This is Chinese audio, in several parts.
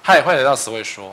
他也会来到实惠说，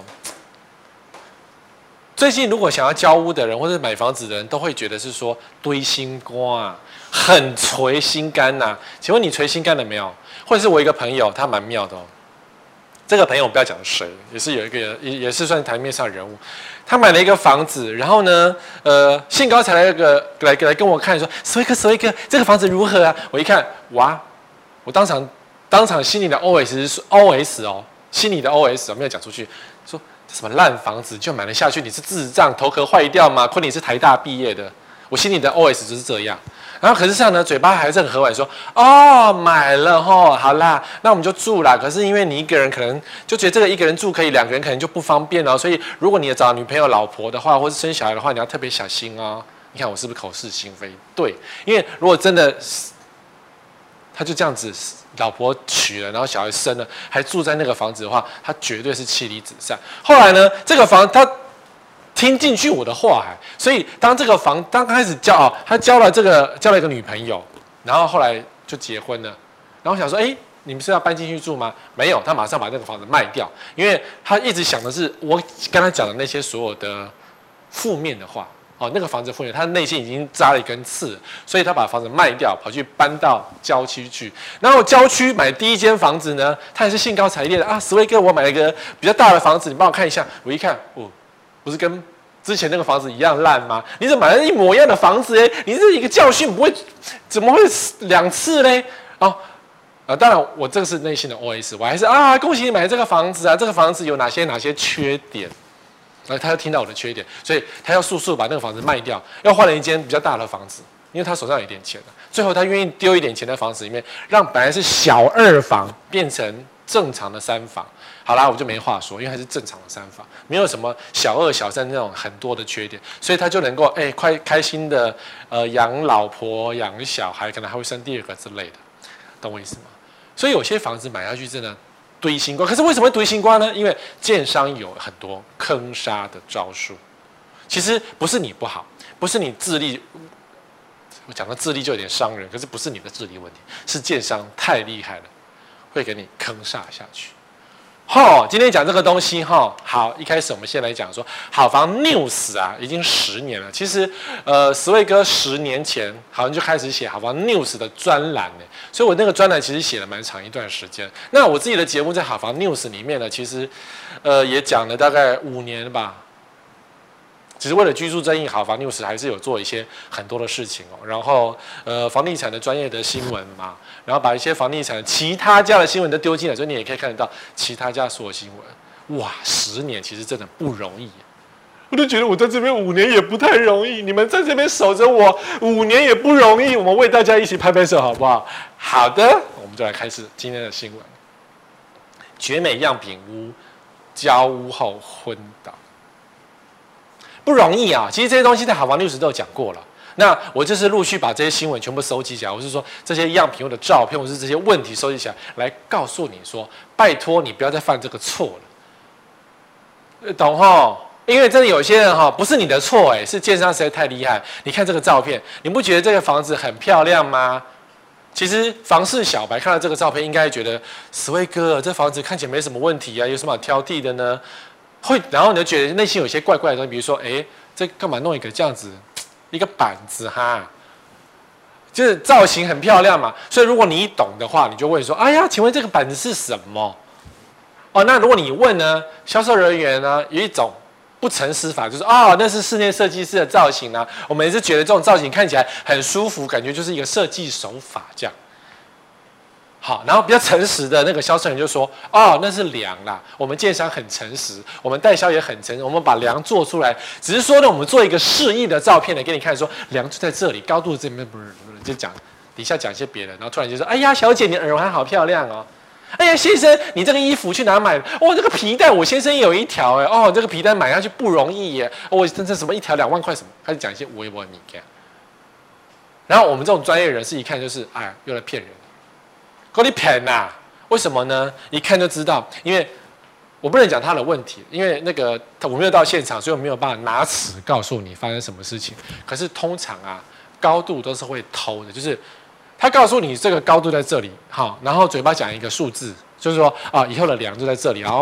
最近如果想要交屋的人或者买房子的人，都会觉得是说堆心瓜啊，很捶心肝呐、请问你捶心肝了没有？或者是我一个朋友，他蛮妙的哦。这个朋友我不要讲谁，也是有一个也是算台面上人物。他买了一个房子，然后呢，兴高采烈来跟我看说，史威哥，这个房子如何啊？我一看，哇，我当场心里的 OS 是 OS 哦，心里的 OS 哦，没有讲出去，说这什么烂房子就买了下去，你是智障，头壳坏掉吗？亏你是台大毕业的，我心里的 OS 就是这样。然后可是这样呢，嘴巴还是很和缓说，哦，买了吼，好啦，那我们就住啦。可是因为你一个人可能就觉得这个一个人住可以，两个人可能就不方便哦。所以如果你找女朋友、老婆的话，或是生小孩的话，你要特别小心哦。你看我是不是口是心非？对，因为如果真的他就这样子，老婆娶了，然后小孩生了，还住在那个房子的话，他绝对是妻离子散。后来呢，这个房他听进去我的话，所以当刚开始他交了一个女朋友，然后后来就结婚了，然后想说，你们是要搬进去住吗？没有，他马上把那个房子卖掉，因为他一直想的是我刚才讲的那些所有的负面的话。哦，那个房子负面，他内心已经扎了一根刺了，所以他把房子卖掉，跑去搬到郊区去。然后郊区买第一间房子呢，他也是兴高采烈的啊，史威哥，我买了一个比较大的房子，你帮我看一下。我一看，哦，不是跟之前那个房子一样烂吗？你怎么买了一模一样的房子？你这一个教训怎么会2次嘞？当然我这个是内心的 OS， 我还是恭喜你买这个房子啊，这个房子有哪些缺点？他又听到我的缺点，所以他要速速把那个房子卖掉，要换了一间比较大的房子，因为他手上有一点钱了。最后他愿意丢一点钱在房子里面，让本来是小2房变成正常的3房。好啦，我就没话说，因为它是正常的3房，没有什么小2、小3那种很多的缺点，所以他就能够快开心的养老婆、养小孩，可能还会生第2个之类的，懂我意思吗？所以有些房子买下去真的堆心瓜，可是为什么会堆心瓜呢？因为建商有很多坑杀的招数。其实不是你不好，不是你智力，我讲到智力就有点伤人，可是不是你的智力问题，是建商太厉害了，会给你坑杀下去。今天讲这个东西好，一开始我们先来讲说好房 news 啊，已经10年了。其实史威哥10年前好像就开始写好房 news 的专栏呢，所以我那个专栏其实写了蛮长一段时间。那我自己的节目在好房 news 里面呢，其实也讲了大概5年吧。只是为了居住正义，好房 news 还是有做一些很多的事情哦。然后房地产的专业的新闻嘛，然后把一些房地产其他家的新闻都丢进来，所以你也可以看得到其他家所有新闻。哇，10年其实真的不容易。我就觉得我在这边5年也不太容易，你们在这边守着我5年也不容易。我们为大家一起拍拍手，好不好？好的，我们就来开始今天的新闻。绝美样品屋交屋后昏倒。不容易啊！其实这些东西在好房 news 都有讲过了。那我就是陆续把这些新闻全部收集起来，我是说这些样品屋的照片，或是这些问题收集起来，来告诉你说，拜托你不要再犯这个错了，懂齁？因为真的有些人不是你的错，是建商实在太厉害。你看这个照片，你不觉得这个房子很漂亮吗？其实房市小白看到这个照片，应该觉得史威哥这房子看起来没什么问题啊，有什么好挑剔的呢？然后你就觉得内心有些怪怪的东西，比如说，这干嘛弄一个这样子，一个板子哈，就是造型很漂亮嘛。所以如果你懂的话，你就问说，哎呀，请问这个板子是什么？那如果你问呢，销售人员呢，有一种不诚实法，就是那是室内设计师的造型啊。我们也是觉得这种造型看起来很舒服，感觉就是一个设计手法这样。好，然后比较诚实的那个销售人就说：“那是梁啦，我们建商很诚实，我们代销也很诚实，我们把梁做出来，只是说呢，我们做一个示意的照片呢，给你看，说梁就在这里，高度这边不是，就讲底下讲一些别人，然后突然就说：哎呀，小姐，你耳环好漂亮哦！哎呀，先生，你这个衣服去哪买的？这个皮带我先生也有一条这个皮带买下去不容易耶！我这什么一条2万块什么？开始讲一些微博你看，然后我们这种专业人士一看就是，又来骗人。”够你骗呐？为什么呢？一看就知道，因为我不能讲他的问题，因为那个我没有到现场，所以我没有办法拿尺告诉你发生什么事情。可是通常高度都是会偷的，就是他告诉你这个高度在这里，好，然后嘴巴讲一个数字，就是说以后的梁就在这里，然后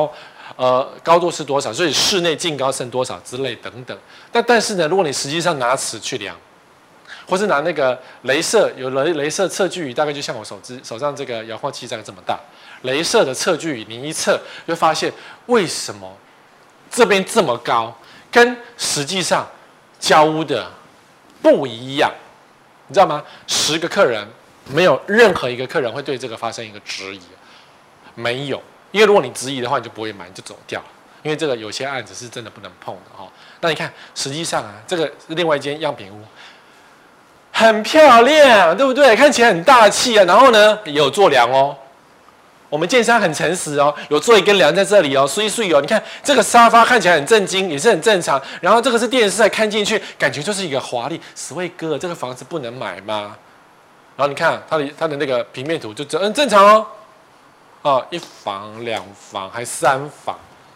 高度是多少，所以室内净高剩多少之类等等。但是呢，如果你实际上拿尺去量，或是拿那个雷射，有雷射测距仪，大概就像我手上这个遥控器大概这么大，雷射的测距仪，你一测就会发现为什么这边这么高，跟实际上交屋的不一样，你知道吗？10个客人，没有任何一个客人会对这个发生一个质疑，没有，因为如果你质疑的话，你就不会买，你就走掉了。因为这个有些案子是真的不能碰的哈。那你看，实际上啊，这个是另外一间样品屋，很漂亮，对不对？看起来很大气啊。然后呢，也有做梁哦。我们建商很诚实哦，有做一根梁在这里哦，碎碎哦。你看这个沙发看起来很震惊，也是很正常。然后这个是电视，看进去感觉就是一个华丽。史卫哥，这个房子不能买吗？然后你看它的那个平面图就正常哦。哦，1房、2房还3房。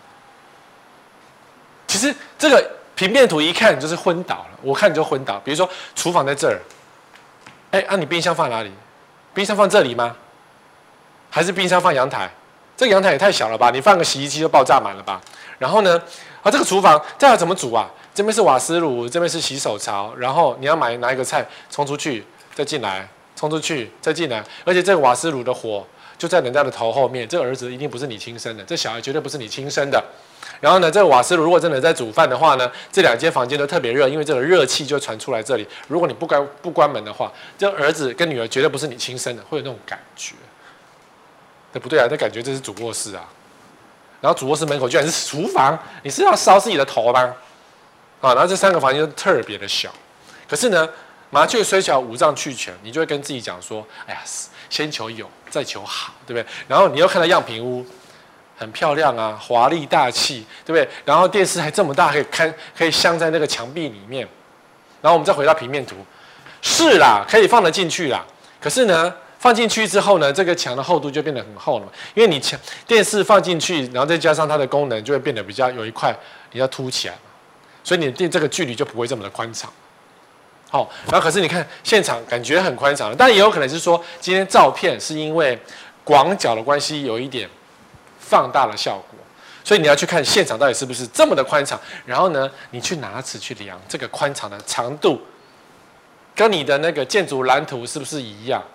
其实这个平面图一看就是昏倒了，我看你就昏倒。比如说厨房在这儿，你冰箱放哪里？冰箱放这里吗？还是冰箱放阳台？这个阳台也太小了吧？你放个洗衣机就爆炸满了吧？然后呢，这个厨房这要怎么煮啊？这边是瓦斯炉，这边是洗手槽，然后你要买哪一个菜，冲出去再进来，冲出去再进来，而且这个瓦斯炉的火就在人家的头后面，这个儿子一定不是你亲生的，这小孩绝对不是你亲生的。然后呢，这个瓦斯炉如果真的在煮饭的话呢，这2间房间都特别热，因为这个热气就传出来这里。如果你不关门的话，这儿子跟女儿绝对不是你亲生的，会有那种感觉。不对啊，这感觉这是主卧室啊。然后主卧室门口居然是厨房，你是要烧自己的头吗？然后这3个房间都特别的小。可是呢，麻雀虽小五脏俱全，你就会跟自己讲说，哎呀，先求有，再求好，对不对？然后你又看到样品屋。很漂亮啊，华丽大气，对不对？然后电视还这么大，可以镶在那个墙壁里面。然后我们再回到平面图，是啦，可以放得进去啦。可是呢，放进去之后呢，这个墙的厚度就变得很厚了嘛，因为你电视放进去，然后再加上它的功能，就会变得比较有一块你要凸起来嘛，所以你的这个距离就不会这么的宽敞。好，然后可是你看现场感觉很宽敞，但也有可能是说今天照片是因为广角的关系有一点放大了效果，所以你要去看现场到底是不是这么的宽敞，然后呢，你去拿尺去量这个宽敞的长度，跟你的那个建筑蓝图是不是一样？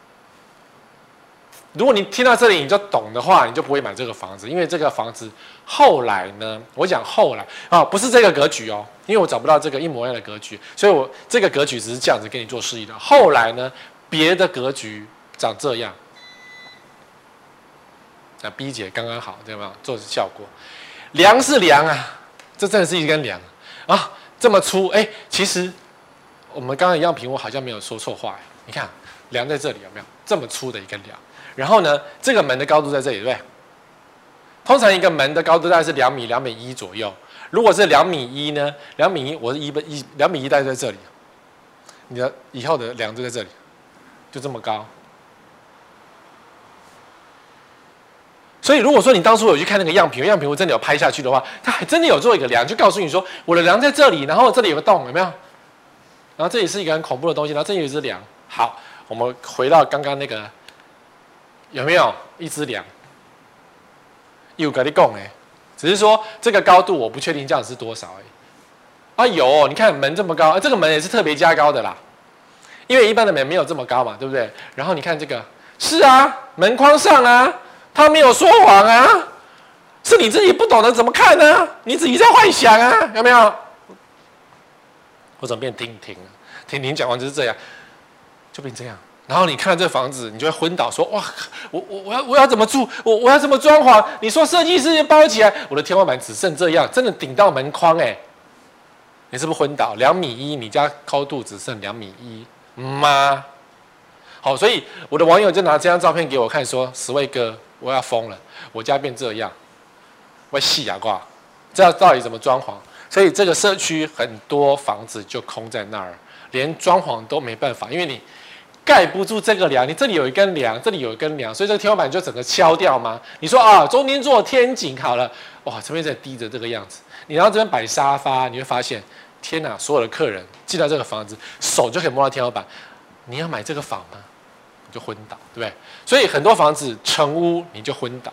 如果你听到这里你就懂的话，你就不会买这个房子，因为这个房子后来呢，我讲后来啊，不是这个格局哦，因为我找不到这个一模一样的格局，所以我这个格局只是这样子跟你做示意的。后来呢，别的格局长这样。那 B 姐刚刚好，对吗？做效果，梁是梁啊，这真的是一根梁啊，这么粗，其实我们刚刚样品屋好像没有说错话，你看梁在这里有没有这么粗的一根梁？然后呢，这个门的高度在这里，对不对？通常一个门的高度大概是2米、2.1米左右。如果是2.1米呢？2.1米，我是2.1米大概在这里，你的以后的梁就在这里，就这么高。所以，如果说你当初有去看那个样品屋真的有拍下去的话，它还真的有做一个梁，就告诉你说我的梁在这里，然后这里有个洞，有没有？然后这里是一个很恐怖的东西，然后这里有一只梁。好，我们回到刚刚那个，有没有一只梁？有跟你讲只是说这个高度我不确定这样是多少有你看门这么高，这个门也是特别加高的啦，因为一般的门没有这么高嘛，对不对？然后你看这个，是啊，门框上啊。他没有说谎啊，是你自己不懂得怎么看呢？你自己在幻想啊，有没有？我怎么变婷讲完就是这样，就变这样。然后你看这房子，你就会昏倒，说哇，我要怎么住？我要怎么装潢？你说设计师包起来，我的天花板只剩这样，真的顶到门框你是不是昏倒？2.1米，你家高度只剩2.1米吗？好，所以我的网友就拿这张照片给我看，说石卫哥。我要疯了！我家变这样，我细啊挂，这到底怎么装潢？所以这个社区很多房子就空在那儿，连装潢都没办法，因为你盖不住这个梁，你这里有一根梁，这里有一根梁，所以这个天花板就整个敲掉吗？你说啊，中间做天井好了，哇，这边在低着这个样子，你然后这边摆沙发，你会发现，天哪！所有的客人进到这个房子，手就可以摸到天花板，你要买这个房吗？就昏倒，对不对？所以很多房子成屋你就昏倒，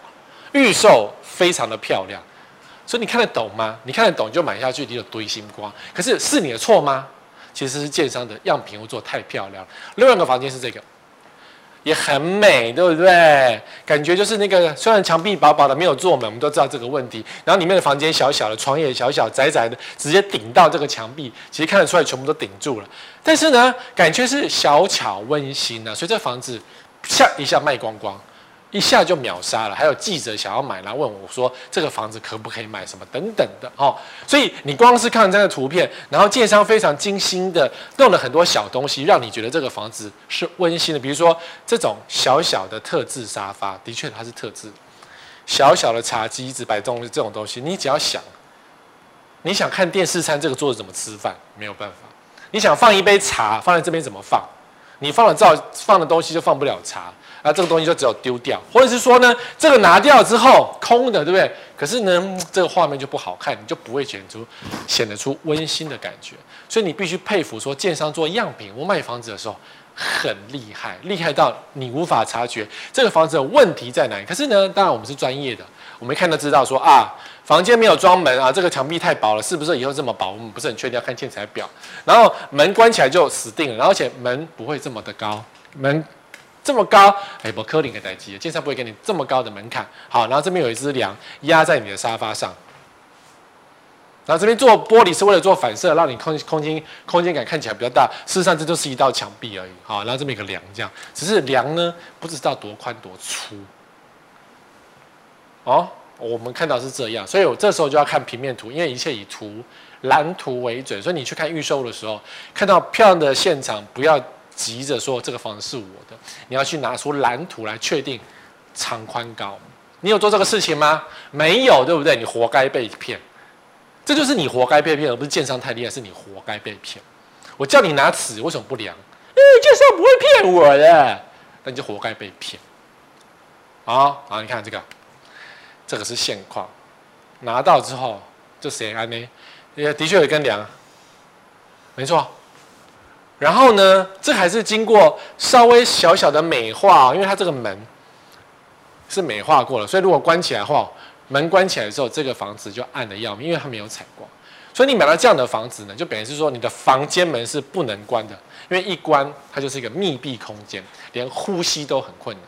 预售非常的漂亮，所以你看得懂吗？你看得懂就买下去，你有堆星光。可是是你的错吗？其实是建商的样品屋做太漂亮。另外一个房间是这个，也很美，对不对？感觉就是那个，虽然墙壁薄薄的没有做门，我们都知道这个问题。然后里面的房间小小的，床也小小窄窄的，直接顶到这个墙壁，其实看得出来全部都顶住了。但是呢，感觉是小巧温馨啊，所以这房子啪一下卖光光。一下就秒杀了，还有记者想要买来问我说这个房子可不可以买什么等等的哦，所以你光是看这个图片，然后建商非常精心的弄了很多小东西，让你觉得这个房子是温馨的。比如说这种小小的特制沙发，的确它是特制，小小的茶几、一摆动这种东西，你只要想，你想看电视餐这个桌子怎么吃饭，没有办法；你想放一杯茶放在这边怎么放？你放的东西就放不了茶。啊，这个东西就只有丢掉，或者是说呢，这个拿掉之后空的，对不对？可是呢，这个画面就不好看，你就不会显得出温馨的感觉。所以你必须佩服说，建商做样品屋卖房子的时候很厉害，厉害到你无法察觉这个房子的问题在哪里。可是呢，当然我们是专业的，我们一看就知道说啊，房间没有装门啊，这个墙壁太薄了，是不是以后这么薄？我们不是很确定，要看建材表。然后门关起来就死定了，然后而且门不会这么的高，门。这么高，不可能的代志，建商不会给你这么高的门槛。好，然后这边有一只梁压在你的沙发上，然后这边做玻璃是为了做反射，让你空间感看起来比较大。事实上，这就是一道墙壁而已。好，然后这边有个梁，这样，只是梁呢不知道多宽多粗。哦，我们看到是这样，所以我这时候就要看平面图，因为一切以蓝图为准。所以你去看预售的时候，看到漂亮的现场，不要急着说这个房子是我的，你要去拿出蓝图来确定长宽高。你有做这个事情吗？没有，对不对？你活该被骗，这就是你活该被骗，而不是建商太厉害，是你活该被骗。我叫你拿尺，为什么不量？建商不会骗我的，那你就活该被骗。好，你看这个是现况，拿到之后就谁安呢？也的确有一根梁，没错。然后呢，这还是经过稍微小小的美化，因为它这个门是美化过了，所以如果关起来的话，门关起来之后，这个房子就暗的要命，因为它没有采光。所以你买到这样的房子呢，就等于是说你的房间门是不能关的，因为一关它就是一个密闭空间，连呼吸都很困难。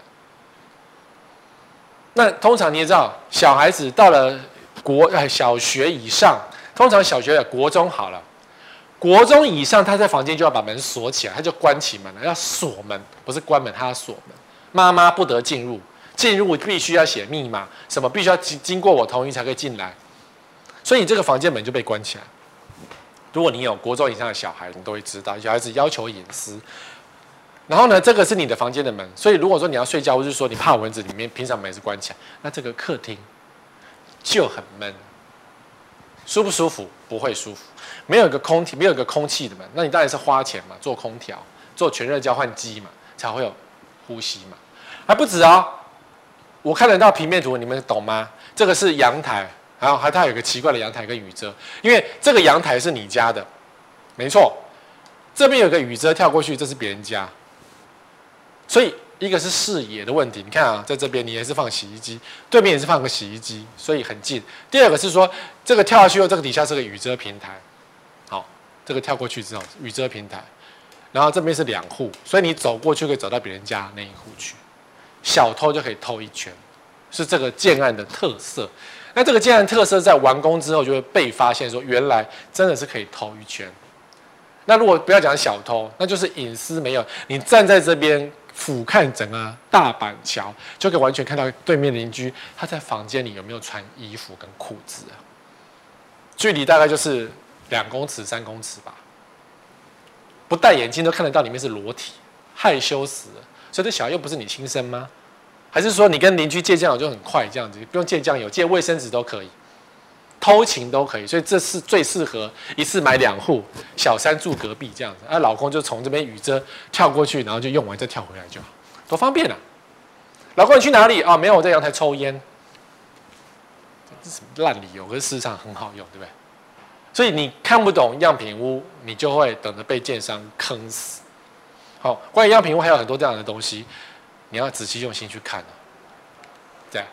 那通常你也知道，小孩子到了小学以上，通常小学的国中好了。国中以上，他在房间就要把门锁起来，他就关起门了，要锁门，不是关门，他要锁门。妈妈不得进入，进入必须要写密码，什么必须要经过我同意才可以进来，所以这个房间门就被关起来。如果你有国中以上的小孩，你都会知道，小孩子要求隐私。然后呢，这个是你的房间的门，所以如果说你要睡觉，或是说你怕蚊子，里面平常门是关起来，那这个客厅就很闷，舒不舒服？不会舒服。没有一个空气的门，那你当然是花钱嘛，做空调，做全热交换机嘛，才会有呼吸嘛。还不止哦，我看得到平面图，你们懂吗？这个是阳台，然后它有一个奇怪的阳台跟雨遮，因为这个阳台是你家的，没错。这边有个雨遮跳过去，这是别人家，所以一个是视野的问题。你看啊，在这边你也是放洗衣机，对面也是放个洗衣机，所以很近。第二个是说，这个跳下去后，这个底下是个雨遮平台。好，这个跳过去之后，雨遮平台，然后这边是2户，所以你走过去可以走到别人家那一户去，小偷就可以偷一圈，是这个建案的特色。那这个建案特色在完工之后就会被发现，说原来真的是可以偷一圈。那如果不要讲小偷，那就是隐私没有，你站在这边俯瞰整个大板桥，就可以完全看到对面邻居他在房间里有没有穿衣服跟裤子啊，距离大概就是2公尺、3公尺吧，不戴眼镜都看得到里面是裸体，害羞死了。所以这小孩又不是你亲生吗？还是说你跟邻居借酱油就很快这样子，不用借酱油，借卫生纸都可以，偷情都可以。所以这是最适合一次买2户，小三住隔壁这样子，老公就从这边雨遮跳过去，然后就用完再跳回来就好，多方便啊！老公你去哪里啊？没有，我在阳台抽烟。这是什么烂理由？可是事实上很好用，对不对？所以你看不懂样品屋，你就会等着被建商坑死。好，关于样品屋还有很多这样的东西，你要仔细用心去看。对，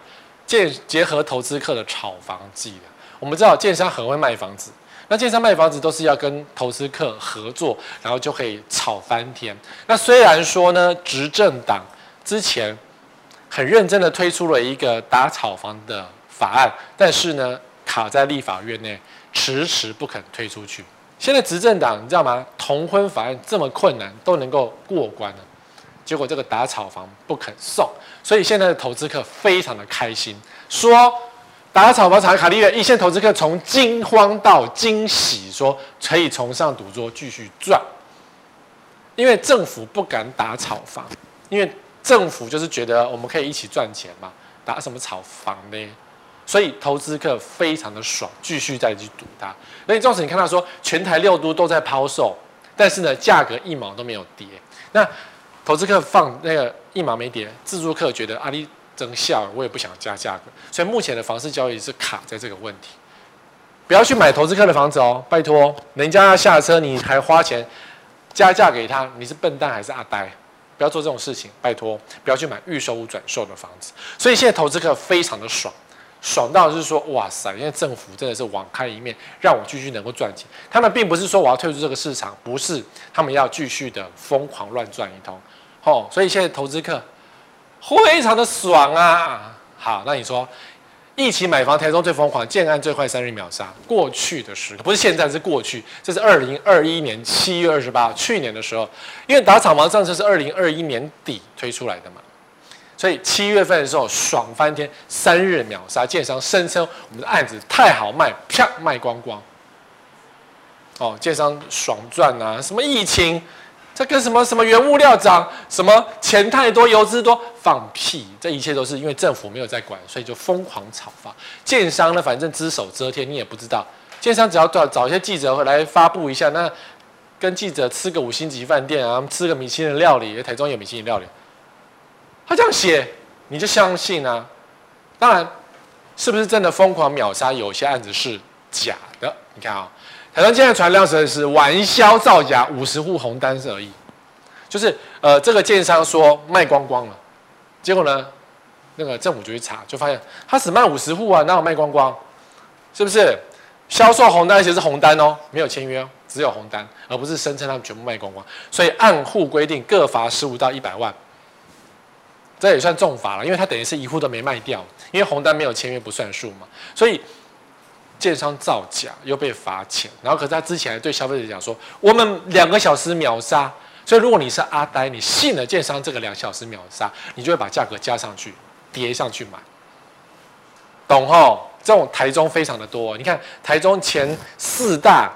结合投资客的炒房技的。我们知道建商很会卖房子，那建商卖房子都是要跟投资客合作，然后就可以炒翻天。那虽然说呢，执政党之前很认真的推出了一个打炒房的法案，但是呢，卡在立法院内，迟迟不肯推出去。现在执政党你知道吗？同婚法案这么困难都能够过关了，结果这个打炒房不肯送，所以现在的投资客非常的开心，说打炒房卡利的一线投资客从惊慌到惊喜，说可以崇尚赌桌继续赚，因为政府不敢打炒房，因为政府就是觉得我们可以一起赚钱嘛，打什么炒房呢？所以投资客非常的爽，继续再去赌它。所以纵使你看到说全台6都在抛售，但是呢价格1毛都没有跌。那投资客放那个1毛没跌，自住客觉得啊你增效，我也不想加价格。所以目前的房市交易是卡在这个问题。不要去买投资客的房子哦，拜托，人家要下车你还花钱加价给他，你是笨蛋还是阿呆？不要做这种事情，拜托，不要去买预售屋转售的房子。所以现在投资客非常的爽。爽到就是说，哇塞！因为政府真的是网开一面，让我继续能够赚钱。他们并不是说我要退出这个市场，不是，他们要继续的疯狂乱赚一通，所以现在投资客非常的爽啊。好，那你说，疫情买房，台中最疯狂，建案最快3日秒杀。过去的时刻不是现在，是过去，这是2021年7月28号，去年的时候，因为打炒房政策是2021年底推出来的嘛。所以7月份的时候爽翻天，3日秒杀，建商声称我们的案子太好卖，啪卖光光。建商爽赚啊！什么疫情，这跟什么原物料涨，什么钱太多，游资多，放屁！这一切都是因为政府没有在管，所以就疯狂炒房。建商呢，反正只手遮天，你也不知道。建商只要找一些记者来发布一下，那跟记者吃个5星级饭店啊，吃个米其林料理，台中有米其林料理。他这样写，你就相信啊？当然，是不是真的疯狂秒杀？有些案子是假的。你看啊，台湾现在传量是玩销造假，50户红单而已。就是这个建商说卖光光了，结果呢，那个政府就去查，就发现他只卖50户啊，哪有卖光光？是不是？销售红单而且是红单哦，没有签约哦，只有红单，而不是声称他们全部卖光光。所以按户规定各罚15到100万。这也算重罚了，因为他等于是1户都没卖掉，因为红单没有签约不算数嘛，所以建商造假又被罚钱，然后可是他之前还对消费者讲说，我们2个小时秒杀，所以如果你是阿呆，你信了建商这个2小时秒杀，你就会把价格加上去，叠上去买，懂吼？这种台中非常的多，你看台中前四大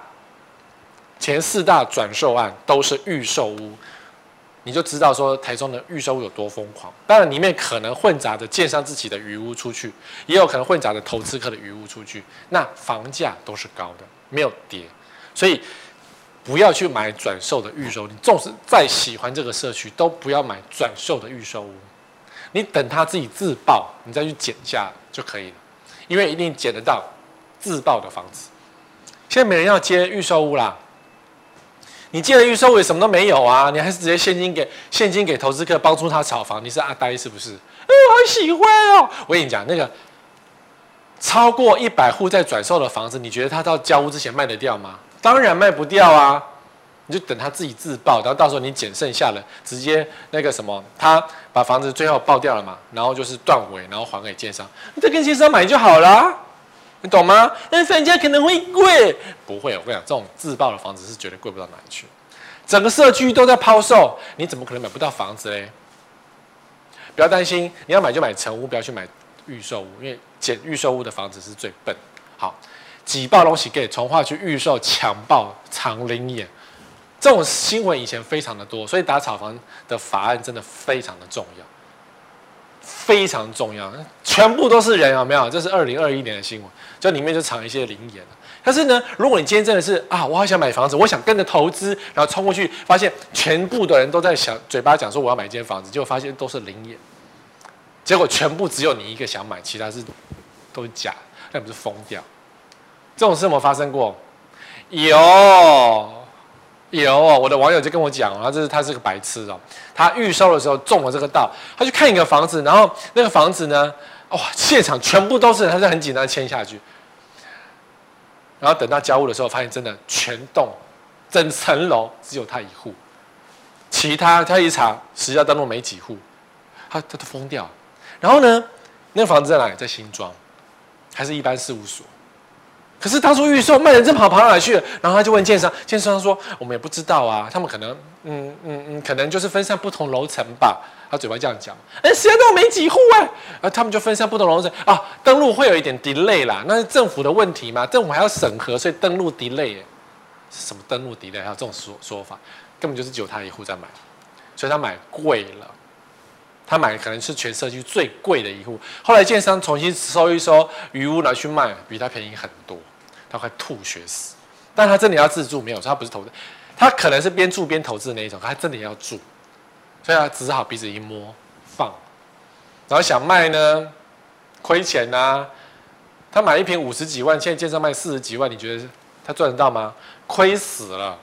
转售案都是预售屋。你就知道说台中的预售屋有多疯狂，当然里面可能混杂着建商自己的余屋出去，也有可能混杂着投资客的余屋出去，那房价都是高的，没有跌，所以不要去买转售的预售，你纵使再喜欢这个社区，都不要买转售的预售屋，你等它自己自爆，你再去减价就可以了，因为一定捡得到自爆的房子。现在没人要接预售屋啦。你借了预售也什么都没有啊，你还是直接现金给投资客帮助他炒房，你是阿呆是不是？我好喜欢哦！我跟你讲，那个超过100户在转售的房子，你觉得他到交屋之前卖得掉吗？当然卖不掉啊！你就等他自己自爆，然后到时候你捡剩下了，直接那个什么，他把房子最后爆掉了嘛，然后就是断尾，然后还给建商，你再跟建商买就好了。你懂吗？但房价可能会贵，不会。我跟你讲，这种自爆的房子是绝对贵不到哪里去。整个社区都在抛售，你怎么可能买不到房子嘞？不要担心，你要买就买成屋，不要去买预售屋，因为捡预售屋的房子是最笨。好，挤爆东西给从化区预售强爆藏灵眼，这种新闻以前非常的多，所以打炒房的法案真的非常的重要。非常重要，全部都是人，有没有？这是2021年的新闻，这里面就藏一些灵眼了。但是呢，如果你今天真的是啊，我好想买房子，我想跟着投资，然后冲过去，发现全部的人都在嘴巴讲说我要买一间房子，结果发现都是灵眼，结果全部只有你一个想买，其他都是假，那不是疯掉？这种事有没有发生过？有哦，我的网友就跟我讲，他是个白痴哦，他预售的时候中了这个道，他去看一个房子，然后那个房子呢， 哇，现场全部都是人，他就很紧张签下去。然后等到交屋的时候，发现真的全栋整层楼只有他一户，其他他一查实价登录没几户，他都疯掉。然后呢，那个房子在哪里？在新庄，还是一般事务所。可是当初预售卖人真跑到哪里去了？然后他就问建商，建商说我们也不知道啊，他们可能可能就是分散不同楼层吧。他嘴巴这样讲，实在都没几户他们就分散不同楼层啊，登录会有一点 delay 啦，那是政府的问题嘛，政府还要审核，所以登录 delay 是什么登录 delay？ 还有这种说法，根本就是只有他一户在买，所以他买贵了。他买可能是全社区最贵的一户，后来建商重新收一收余屋拿去卖，比他便宜很多，他快吐血死。但他真的要自住没有，他不是投资，他可能是边住边投资的那一种，他真的要住，所以他只好鼻子一摸放，然后想卖呢，亏钱啊。他买一瓶50几万，现在建商卖40几万，你觉得他赚得到吗？亏死了。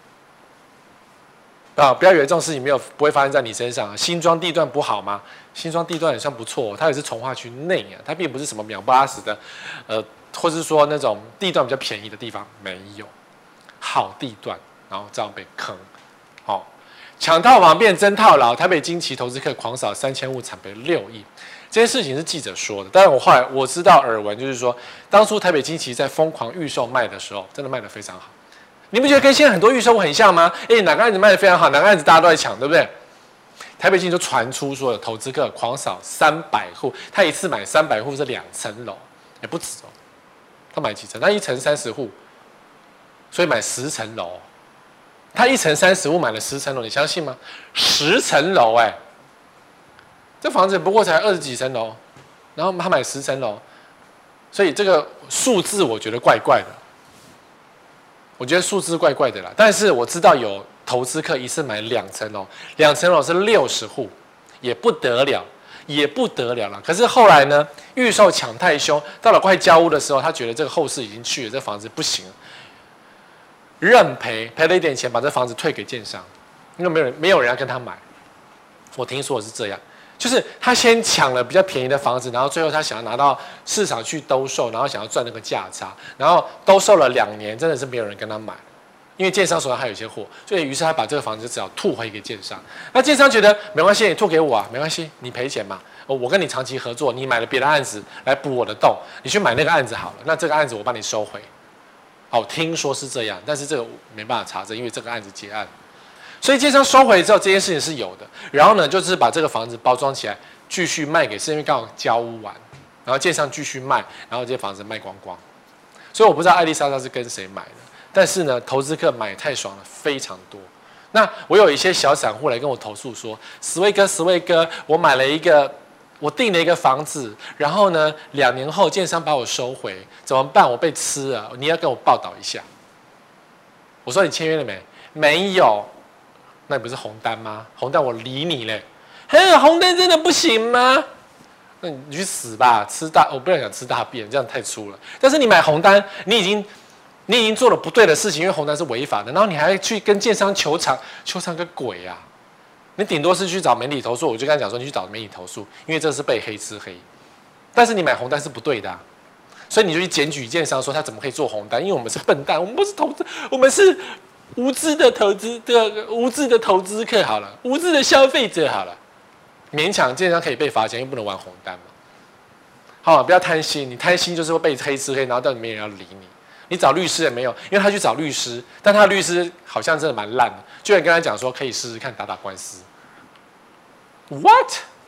不要以为这种事情不会发生在你身上。新庄地段不好吗？新庄地段也算不错，它也是从化区内它并不是什么秒80的，或是说那种地段比较便宜的地方没有，好地段，然后这样被坑，抢套房变真套牢，台北金旗投资客狂扫3000户，惨赔6亿。这件事情是记者说的，但是我后来我知道耳闻，就是说当初台北金旗在疯狂预售卖的时候，真的卖得非常好。你不觉得跟现在很多预售屋很像吗？哪个案子卖得非常好，哪个案子大家都在抢，对不对？台北经就传出说有投资客狂扫300户，他一次买300户是2层楼，也不止哦。他买几层？他1层30户，所以买10层楼。他1层30户买了10层楼，你相信吗？10层楼这房子不过才20几层楼，然后他买10层楼，所以这个数字我觉得怪怪的。我觉得数字怪怪的啦，但是我知道有投资客一次买2层楼，2层楼是60户，也不得了，也不得了了。可是后来呢，预售抢太凶，到了快交屋的时候，他觉得这个后市已经去了，这房子不行了，认赔，赔了一点钱，把这房子退给建商，因为没有人要跟他买。我听说的是这样。就是他先抢了比较便宜的房子，然后最后他想要拿到市场去兜售，然后想要赚那个价差，然后兜售了2年，真的是没有人跟他买，因为建商手上还有一些货，所以于是他把这个房子只好吐回给建商。那建商觉得没关系，你吐给我啊，没关系，你赔钱嘛，我跟你长期合作，你买了别的案子来补我的洞，你去买那个案子好了，那这个案子我帮你收回。听说是这样，但是这个没办法查证，因为这个案子结案。所以建商收回之后，这件事情是有的。然后呢，就是把这个房子包装起来，继续卖给，是因为刚好交屋完，然后建商继续卖，然后这些房子卖光光。所以我不知道艾丽莎莎是跟谁买的，但是呢，投资客买太爽了，非常多。那我有一些小散户来跟我投诉说，史威哥，我订了一个房子，然后呢，2年后建商把我收回，怎么办？我被吃了，你要跟我报道一下。我说你签约了没？没有。那你不是红单吗？红单我理你嘞，红单真的不行吗？那你去死吧！我不想讲吃大便，这样太粗了。但是你买红单，你已经做了不对的事情，因为红单是违法的，然后你还去跟建商求偿个鬼啊！你顶多是去找媒体投诉，我就跟他讲说你去找媒体投诉，因为这是被黑吃黑。但是你买红单是不对的所以你就去检举建商说他怎么可以做红单？因为我们是笨蛋，我们不是投资，我们是无知的投资客好了，无知的消费者好了，勉强建商可以被罚钱，又不能玩红单嘛。不要贪心，你贪心就是会被黑吃黑，然后到底没人要理你。你找律师也没有，因为他去找律师，但他的律师好像真的蛮烂的，就有人跟他讲说可以试试看打官司。What？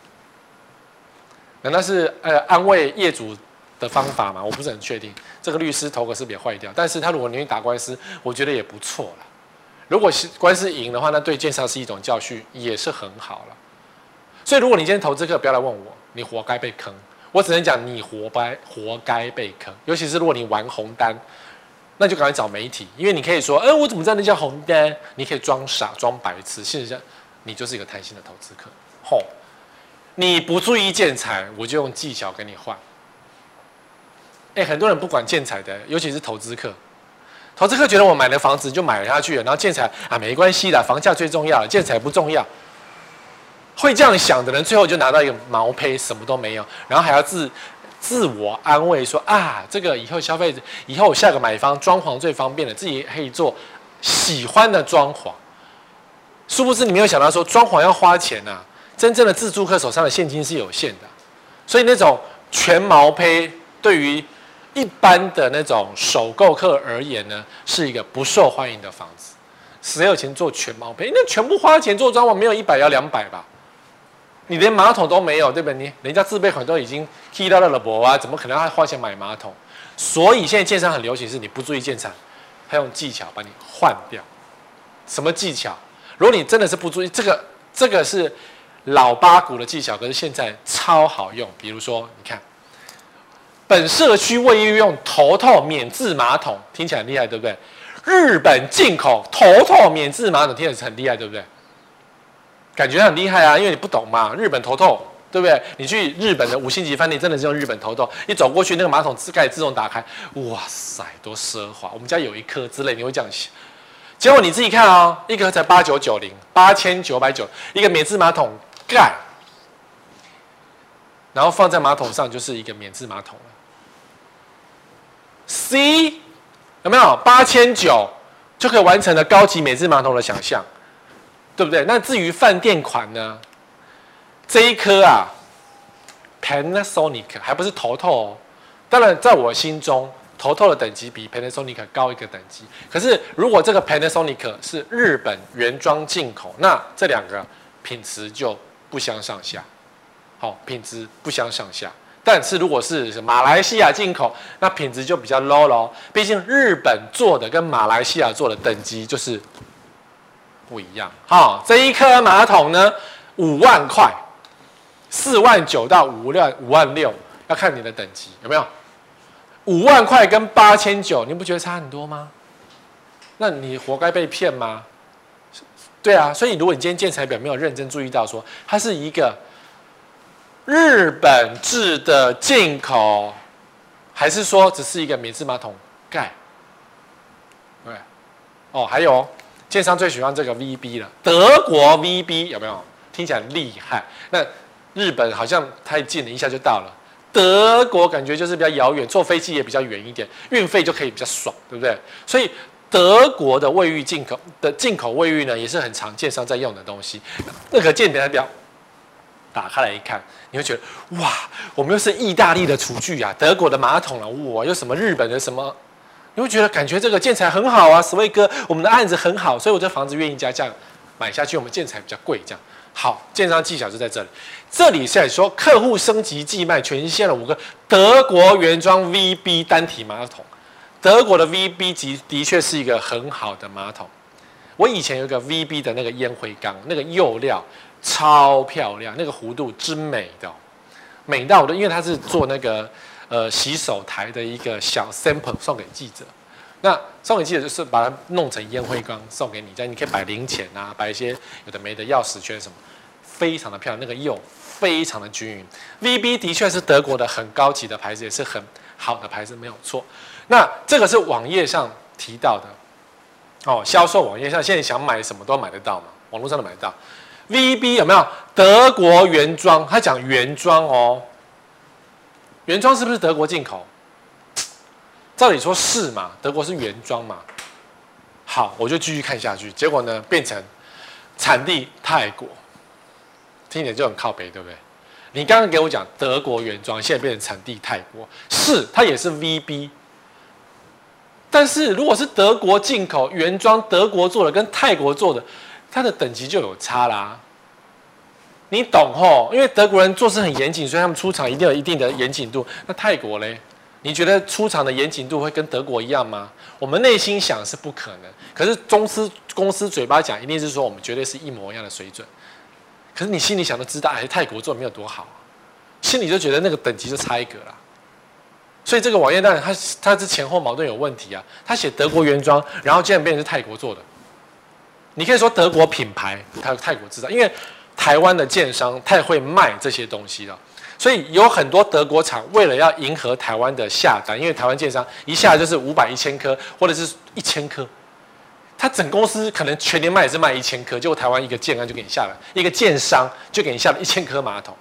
难道是安慰业主的方法吗？我不是很确定。这个律师头壳是不是也坏掉？但是他如果愿意打官司，我觉得也不错啦。如果官司赢的话，那对建商是一种教训，也是很好了。所以，如果你今天投资客不要来问我，你活该被坑。我只能讲你活该被坑。尤其是如果你玩红单，那就赶快找媒体，因为你可以说，我怎么知道那叫红单？你可以装傻装白痴，事实上你就是一个贪心的投资客。你不注意建材，我就用技巧跟你换。很多人不管建材的，尤其是投资客。投资客觉得我买了房子就买了下去了，然后建材没关系啦，房价最重要了，建材不重要。 会这样想的人，最后就拿到一个毛坯，什么都没有，然后还要自我安慰说啊，这个以后消费者以后下个买方装潢最方便了，自己可以做喜欢的装潢。殊不知你没有想到说，装潢要花钱啊，真正的自住客手上的现金是有限的，所以那种全毛坯对于一般的那种首购客而言呢，是一个不受欢迎的房子。谁有钱做全毛坯？那全部花钱做装潢，没有100要200吧？你连马桶都没有，对不对？你人家自备款都已经 key 到了博啊，怎么可能还花钱买马桶？所以现在建商很流行，是你不注意建材，他用技巧把你换掉。什么技巧？如果你真的是不注意，这个是老八股的技巧，可是现在超好用。比如说，你看，本社区卫浴用头透免治马桶，听起来很厉害，对不对？日本进口头透免治马桶，听起来很厉害，对不对？感觉很厉害啊，因为你不懂嘛，日本头透，对不对？你去日本的5星级饭店，真的是用日本头透，一走过去，那个马桶盖自动打开，哇塞，多奢华！我们家有一颗之类，你会这样想。结果你自己看哦，一个才8990，8990，一个免治马桶盖，然后放在马桶上就是一个免治马桶了。C 有没有8900就可以完成了高级免治马桶的想象？对不对？那至于饭店款呢？这一颗啊 ，Panasonic 还不是头透哦。当然，在我心中，头透的等级比 Panasonic 高一个等级。可是，如果这个 Panasonic 是日本原装进口，那这两个品质就不相上下。好，品质不相上下。但是如果是马来西亚进口，那品质就比较 low 咯。毕竟日本做的跟马来西亚做的等级就是不一样。好，这一颗马桶呢，5万块，49000到56000，要看你的等级有没有。5万块跟8900，你不觉得差很多吗？那你活该被骗吗？对啊，所以如果你今天建材表没有认真注意到说，它是一个日本制的进口，还是说只是一个免治马桶盖？对，哦，还有建商最喜欢这个 VB 了，德国 VB 有没有？听起来很厉害。那日本好像太近了，一下就到了。德国感觉就是比较遥远，坐飞机也比较远一点，运费就可以比较爽，对不对？所以德国的卫浴进口卫浴呢，也是很常建商在用的东西。那个建材表打开来一看，你会觉得哇，我们又是意大利的厨具啊，德国的马桶啊，哇，又什么日本的什么，你会觉得感觉这个建材很好啊，史威哥，我们的案子很好，所以我这房子愿意加价买下去，我们建材比较贵，这样。好，建商技巧就在这里。这里是在说客户升级寄卖全新鲜了5个德国原装 VB 单体马桶。德国的 VB 的确是一个很好的马桶。我以前有一个 VB 的那个烟灰缸，那个釉料超漂亮，那个弧度之美的，美到我都因为它是做那个洗手台的一个小 sample 送给记者。那送给记者就是把它弄成烟灰缸送给你，这样你可以摆零钱啊，摆一些有的没的钥匙圈什么，非常的漂亮，那个釉非常的均匀。VB 的确是德国的很高级的牌子，也是很好的牌子，没有错。那这个是网页上提到的哦，销售网页上现在想买什么都买得到嘛，网络上都买得到。VB 有没有德国原装？他讲原装哦，原装是不是德国进口？照理说是嘛，德国是原装嘛。好，我就继续看下去，结果呢变成产地泰国，听起来就很靠北，对不对？你刚刚给我讲德国原装，现在变成产地泰国，是它也是 VB， 但是如果是德国进口原装，德国做的跟泰国做的，它的等级就有差啦。你懂吼？因为德国人做事很严谨，所以他们出厂一定有一定的严谨度。那泰国嘞？你觉得出厂的严谨度会跟德国一样吗？我们内心想是不可能，可是公司嘴巴讲一定是说我们绝对是一模一样的水准。可是你心里想都知道，泰国做的没有多好啊，心里就觉得那个等级就差一格啦。所以这个网页当然它是前后矛盾有问题啊。他写德国原装，然后竟然变成是泰国做的。你可以说德国品牌，泰国制造，因为台湾的建商太会卖这些东西了。所以有很多德国厂为了要迎合台湾的下单，因为台湾建商一下就是500、1000颗，或者是1000颗， 他整公司可能全年卖也是卖1000颗，结果台湾一个建案就给你下来，一个建商就给你下了1000颗马桶。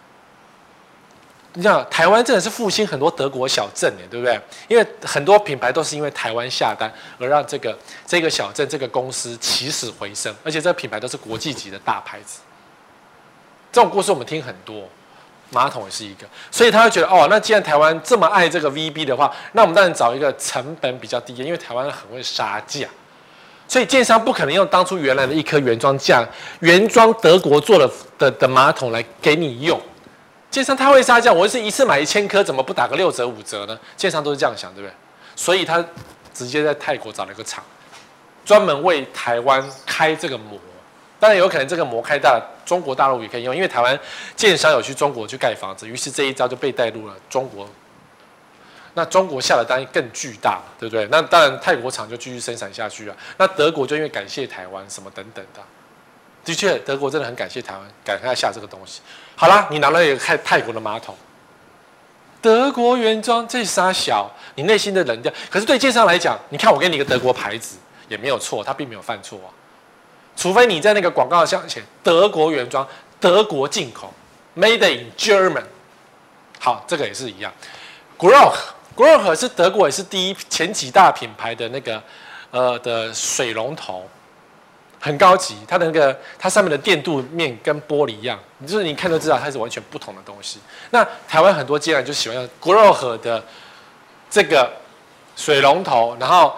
你想，台湾真的是复兴很多德国小镇耶，对不对？因为很多品牌都是因为台湾下单，而让这个小镇这个公司起死回生，而且这个品牌都是国际级的大牌子。这种故事我们听很多，马桶也是一个，所以他会觉得哦，那既然台湾这么爱这个 VB 的话，那我们当然找一个成本比较低的，因为台湾很会杀价。所以建商不可能用当初原来的一颗原装德国做的马桶来给你用。建商他会杀价，我是一次买1000颗，怎么不打个6折5折呢？建商都是这样想，对不对？所以他直接在泰国找了一个厂，专门为台湾开这个模。当然有可能这个模开大了，中国大陆也可以用，因为台湾建商有去中国去盖房子，于是这一招就被带入了中国。那中国下的单更巨大，对不对？那当然泰国厂就继续生产下去啊。那德国就因为感谢台湾什么等等的，的确德国真的很感谢台湾，赶快下这个东西。好啦，你拿了一个泰国的马桶，德国原装，这傻小，你内心的冷掉。可是对建商来讲，你看我给你一个德国牌子也没有错，他并没有犯错啊。除非你在那个广告上写德国原装、德国进口 ，Made in German。好，这个也是一样。Grohe 是德国也是前几大品牌的那个的水龙头，很高级。它上面的电镀面跟玻璃一样，就是你看就知道它是完全不同的东西。那台湾很多接然就喜欢用 Grohe 的这个水龙头，然后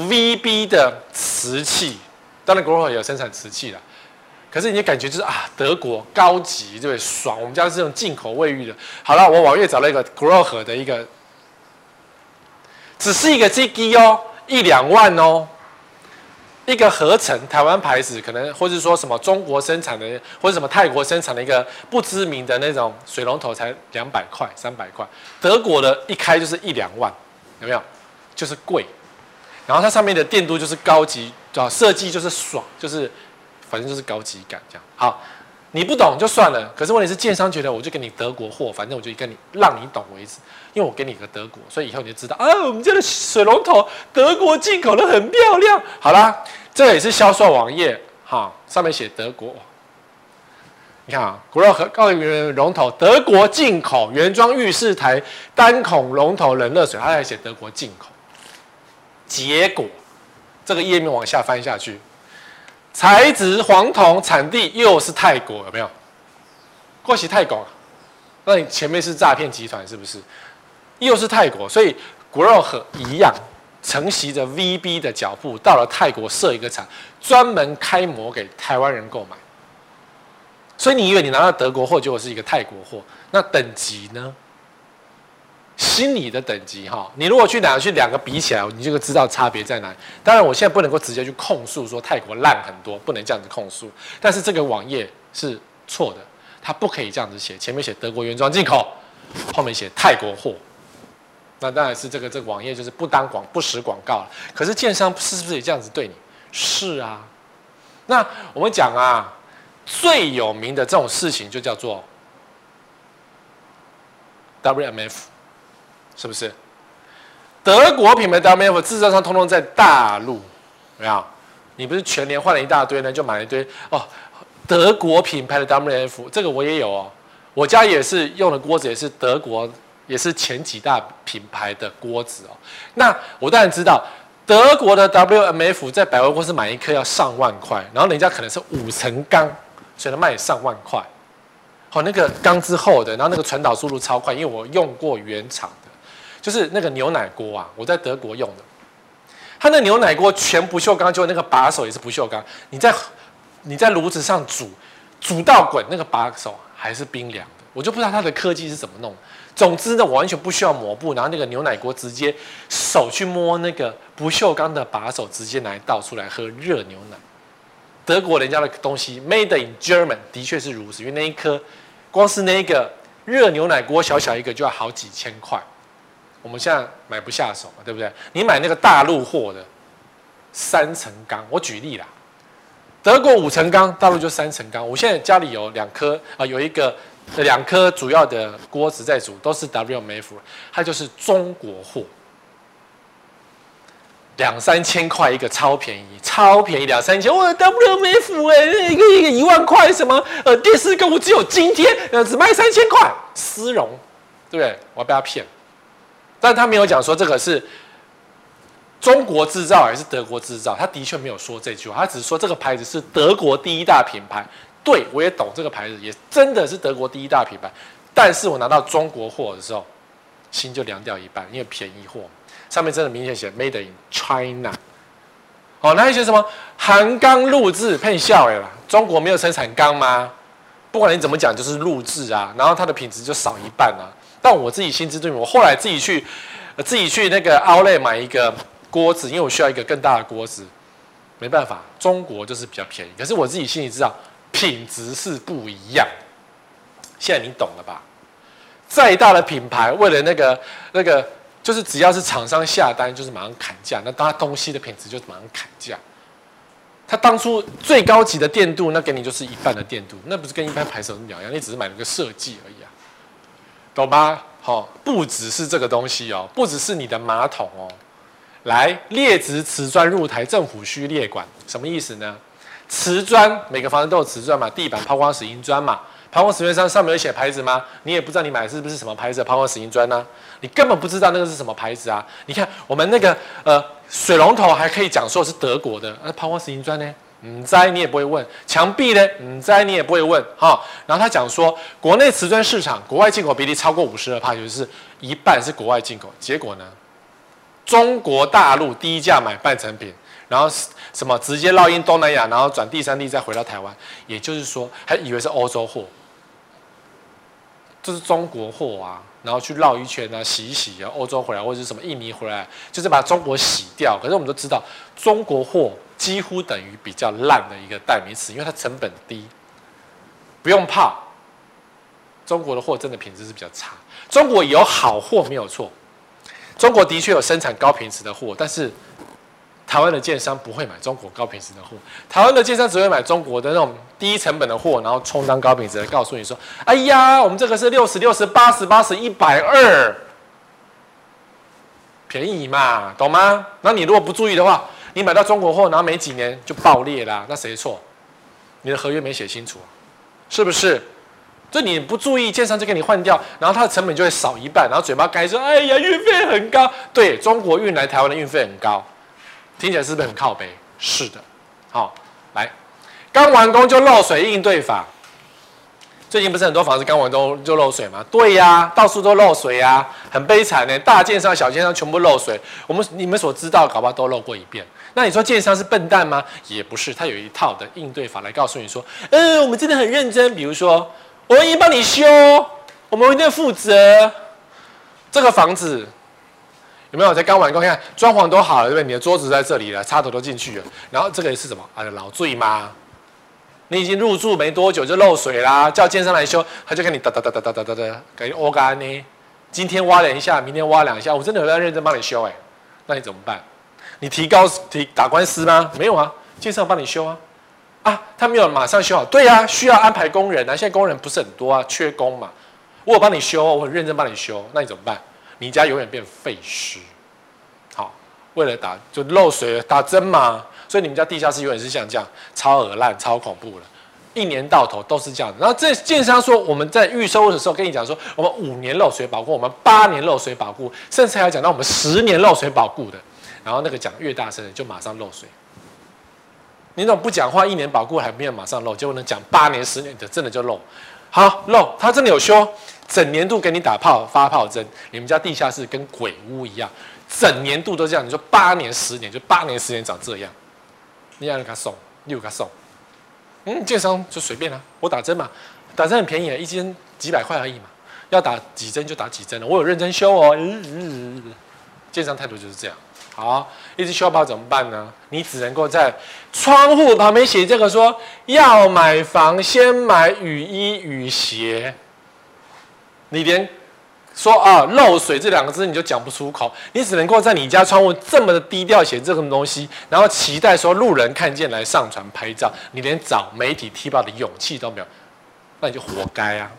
VB 的瓷器。当然 Grohe 也有生产瓷器啦，可是你的感觉就是啊，德国高级，对不对？爽，我们家是用进口卫浴的。好了，我网页找了一个 Grohe 的一个，只是一个这机哦，1、2万哦，一个合成台湾牌子，可能或是说什么中国生产的，或者什么泰国生产的一个不知名的那种水龙头，才200块、300块。德国的一开就是1、2万，有没有？就是贵。然后它上面的电镀就是高级，设计就是爽，就是反正就是高级感这样。好，你不懂就算了，可是问题是建商觉得我就给你德国货，反正我就让你懂为止，因为我给你个德国，所以以后你就知道啊，我们家的水龙头德国进口的很漂亮。好啦，这也是销售网页哈，上面写德国。你看啊，Grohe 高级龙头，德国进口原装浴室台单孔龙头冷热水，它还写德国进口。结果，这个页面往下翻下去，材质黄铜，产地又是泰国，有没有？恭喜泰国啊！那你前面是诈骗集团是不是？又是泰国，所以 Grohe 一样承袭着 VB 的脚步，到了泰国设一个厂，专门开模给台湾人购买。所以你以为你拿到德国货，结果是一个泰国货，那等级呢？心理的等级哈，你如果去两个比起来，你就知道差别在哪里。当然，我现在不能够直接去控诉说泰国烂很多，不能这样子控诉。但是这个网页是错的，它不可以这样子写，前面写德国原装进口，后面写泰国货。那当然是这个网页就是不实广告了。可是建商是不是也这样子对你？是啊。那我们讲啊，最有名的这种事情就叫做 WMF。是不是？德国品牌 WMF 制造商通通在大陆，有没有？你不是全年换了一大堆呢，就买了一堆哦。德国品牌的 WMF， 这个我也有哦。我家也是用的锅子，也是德国，也是前几大品牌的锅子哦。那我当然知道，德国的 WMF 在百货公司买一颗要上万块，然后人家可能是5层钢，所以他卖你上万块。好，那个钢之厚的，然后那个传导速度超快，因为我用过原厂。就是那个牛奶锅啊，我在德国用的，它那牛奶锅全不锈钢，就那个把手也是不锈钢。你在炉子上煮到滚，那个把手还是冰凉的。我就不知道它的科技是怎么弄。总之呢，我完全不需要抹布，然后那个牛奶锅直接手去摸那个不锈钢的把手，直接拿来倒出来喝热牛奶。德国人家的东西 Made in German 的确是如此，因为那一颗光是那个热牛奶锅小小一个就要好几千块。我们现在买不下手嘛，对不对？你买那个大陆货的3层钢，我举例啦，德国5层钢，大陆就3层钢。我现在家里有2颗啊，有2颗主要的锅子在煮，都是 WMF， 它就是中国货。 2、3千块一个，超便宜，超便宜，2、3千，我 WMF 一个1万块，什么电视购物只有今天只卖3000块，丝绒，对不对？我要被他骗，但他没有讲说这个是中国制造还是德国制造，他的确没有说这句话，他只是说这个牌子是德国第1大品牌。对，我也懂这个牌子，也真的是德国第1大品牌，但是我拿到中国货的时候，心就凉掉一半，因为便宜货。上面真的明显写 Made in China， 那还写什么韩钢录制骗笑啦？中国没有生产钢吗？不管你怎么讲，就是录制啊，然后它的品质就少一半啊。但我自己心知肚明，我后来自己去那个 Outlet 买一个锅子，因为我需要一个更大的锅子，没办法，中国就是比较便宜。可是我自己心里知道，品质是不一样。现在你懂了吧？再大的品牌，为了那个。就是只要是厂商下单，就是马上砍价，那他东西的品质就马上砍价。他当初最高级的电镀，那给你就是1半的电镀，那不是跟一般牌子有什么两样？你只是买了个设计而已啊，懂吗？不只是这个东西哦，不只是你的马桶哦。来，劣质瓷砖入台，政府需列管，什么意思呢？瓷砖每个房子都有瓷砖嘛，地板抛光石英砖嘛。抛光石英砖上面有写牌子吗？你也不知道你买的是不是什么牌子的抛光石英砖呢？你根本不知道那个是什么牌子啊！你看我们那个水龙头还可以讲说是德国的，那抛光石英砖呢？唔知你也不会问。墙壁呢？唔知你也不会问哈。然后他讲说，国内瓷砖市场国外进口比例超过52%，就是1半是国外进口。结果呢，中国大陆低价买半成品，然后什么直接烙印东南亚，然后转第3地再回到台湾，也就是说还以为是欧洲货。这是中国货啊，然后去绕一圈啊，洗一洗啊，欧洲回来或者是什么印尼回来，就是把中国洗掉。可是我们都知道，中国货几乎等于比较烂的一个代名词，因为它成本低，不用怕。中国的货真的品质是比较差。中国有好货没有错，中国的确有生产高品质的货，但是台湾的建商不会买中国高品质的货，台湾的建商只会买中国的那种低成本的货，然后充当高品质的，告诉你说：“哎呀，我们这个是60、60、80、80、120，便宜嘛，懂吗？”然后你如果不注意的话，你买到中国货，然后没几年就爆裂啦，那谁错？你的合约没写清楚，是不是？就你不注意，建商就给你换掉，然后它的成本就会少一半，然后嘴巴该说：“哎呀，运费很高。”对，中国运来台湾的运费很高。听起来是不是很靠北？是的，好，来，刚完工就漏水应对法。最近不是很多房子刚完工就漏水吗？对呀，到处都漏水呀，很悲惨呢。大建商、小建商全部漏水，你们所知道，搞不好都漏过一遍。那你说建商是笨蛋吗？也不是，他有一套的应对法来告诉你说，我们真的很认真。比如说，我们已经帮你修，我们一定负责。这个房子。有没有才刚完工？看装潢都好了，对不对？你的桌子在这里了，插头都进去了。然后这个是什么？老醉吗？你已经入住没多久就漏水啦，叫建商来修，他就跟你哒，感觉欧干呢。今天挖2下，明天挖2下，我真的有在认真帮你修那你怎么办？你打官司吗？没有啊，建商帮你修啊。他没有马上修好，对啊，需要安排工人啊。现在工人不是很多啊，缺工嘛。我有帮你修，我很认真帮你修，那你怎么办？你家永远变废墟。好，为了就漏水打针嘛，所以你们家地下室永远是像这样，超恶烂、超恐怖的，一年到头都是这样的。然后这建商说，我们在预售的时候跟你讲说，我们5年漏水保固，我们8年漏水保固，甚至还讲到我们10年漏水保固的。然后那个讲越大声的，就马上漏水。你那种不讲话，1年保固还没有马上漏，结果能讲8年、10年的，真的就漏。好漏，他真的有修。整年度给你打发炮针，你们家地下室跟鬼屋一样，整年度都这样。你说8年、10年，就8年、10年长这样，你要给他送，你有给他送，建商就随便啦，我打针嘛，打针很便宜一针几百块而已嘛，要打几针就打几针了，我有认真修哦。建商态度就是这样。好，一直修不好怎么办呢？你只能够在窗户旁边写这个说，要买房先买雨衣、雨鞋。你连说漏水这2个字你就讲不出口，你只能够在你家窗户这么的低调写这种东西，然后期待说路人看见来上传拍照，你连找媒体踢爆的勇气都没有，那你就活该啊！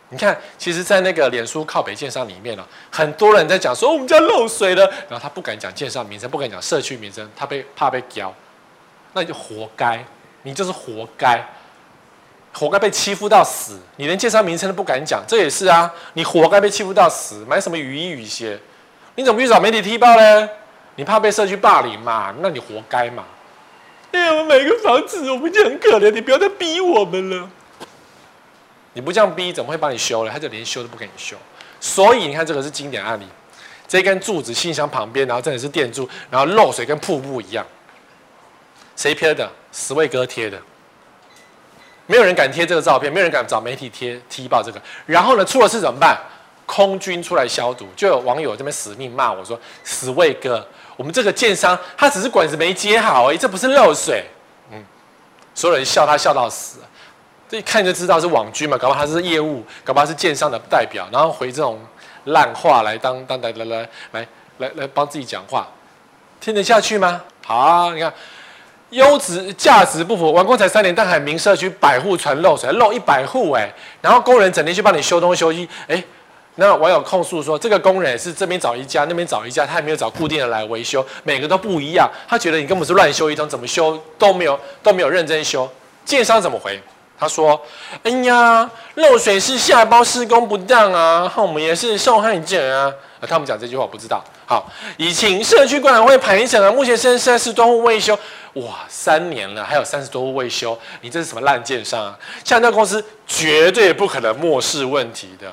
你看，其实，在那个脸书靠北建商里面呢，很多人在讲说我们家漏水了，然后他不敢讲建商名称，不敢讲社区名称，他怕被屌，那你就活该，你就是活该，活该被欺负到死。你连建商名称都不敢讲，这也是啊，你活该被欺负到死，买什么雨衣雨鞋？你怎么不去找媒体踢爆呢？你怕被社区霸凌嘛？那你活该嘛？哎呀，我买个房子，我们就很可怜，你不要再逼我们了。你不这样逼，怎么会帮你修了？他就连修都不给你修。所以你看，这个是经典案例。这根柱子信箱旁边，然后真的是电柱，然后漏水跟瀑布一样。谁贴的？史卫哥贴的。没有人敢贴这个照片，没有人敢找媒体踢爆这个。然后呢，出了事怎么办？空军出来消毒，就有网友这边死命骂我说：“史卫哥，我们这个建商他只是管子没接好而已，这不是漏水。”所有人笑他笑到死。这一看就知道是网军嘛，搞不好他是业务，搞不好他是建商的代表，然后回这种烂话来来帮自己讲话，听得下去吗？好啊，你看优质价值不符，完工才3年，但海明社区100户传漏水，漏100户然后工人整天去帮你修东修西那网友控诉说，这个工人也是这边找一家，那边找一家，他也没有找固定的来维修，每个都不一样，他觉得你根本是乱修一通，怎么修都没有认真修。建商怎么回？他说：“哎呀，漏水是下包施工不当啊，我们也是受害者啊。”他们讲这句话我不知道。好，已请社区管委会排审啊，目前剩30多户未修。哇，3年了，还有30多户未修，你这是什么烂建商啊？像这公司绝对不可能漠视问题的。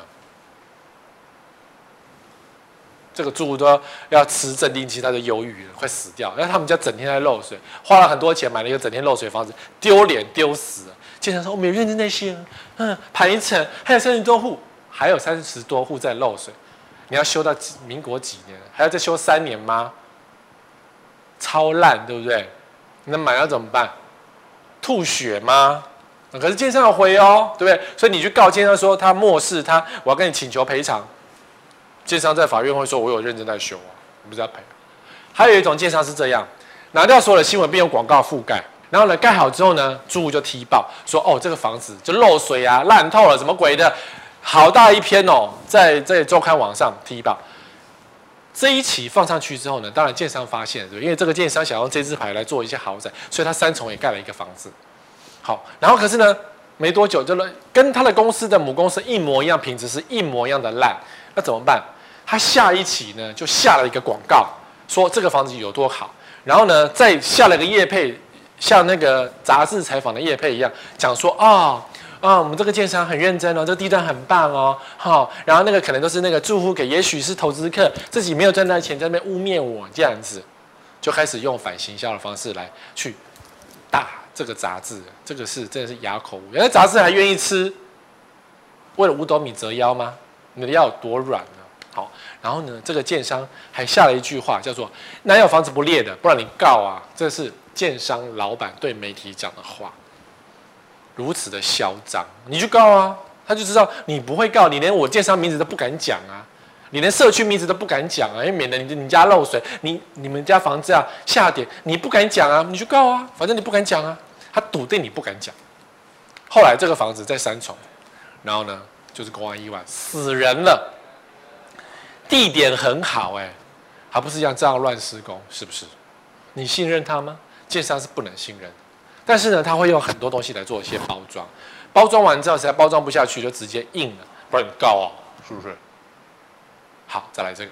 这个住户都要吃镇定剂，他就忧郁了，快死掉。因为他们家整天在漏水，花了很多钱买了一个整天漏水房子，丢脸丢死了。建商说我们有认真在修，排程还有30多户，还有30多户在漏水，你要修到民国几年？还要再修3年吗？超烂，对不对？那买要怎么办？吐血吗？可是建商有回哦，对不对？所以你去告建商说他漠视他，我要跟你请求赔偿。建商在法院会说我有认真在修啊，我不是要赔。还有一种建商是这样，拿掉所有的新闻，并用广告覆盖。然后呢，盖好之后呢，住户就踢爆说：“哦，这个房子就漏水啊，烂透了，什么鬼的？好大一篇哦，在周刊网上踢爆。”这一期放上去之后呢，当然建商发现，对，因为这个建商想用这支牌来做一些豪宅，所以他3重也盖了一个房子。好，然后可是呢，没多久就跟他的公司的母公司一模一样，品质是一模一样的烂，那怎么办？他下一期呢就下了一个广告，说这个房子有多好，然后呢再下了个业配。像那个杂志采访的业配一样，讲说我们这个建商很认真哦，这个地段很棒哦，然后那个可能都是那个住户给，也许是投资客自己没有赚到钱，在那边污蔑我这样子，就开始用反行销的方式来去打这个杂志，这个是真的是哑口无言。那杂志还愿意吃，为了5斗米折腰吗？你的腰有多软呢？好，然后呢，这个建商还下了一句话，叫做“哪有房子不裂的，不然你告啊”，这是建商老板对媒体讲的话，如此的嚣张，你去告啊，他就知道你不会告，你连我建商名字都不敢讲啊，你连社区名字都不敢讲啊，因为免得你家漏水，你们家房子啊下点，你不敢讲啊，你去告啊，反正你不敢讲啊，他笃定你不敢讲。后来这个房子在3重，然后呢就是公安意外，死人了。地点很好还不是这样乱施工，是不是？你信任他吗？建商是不能信任的，但是呢，他会用很多东西来做一些包装，包装完之后实在包装不下去，就直接印了，不然你告啊，是不是？好，再来这个，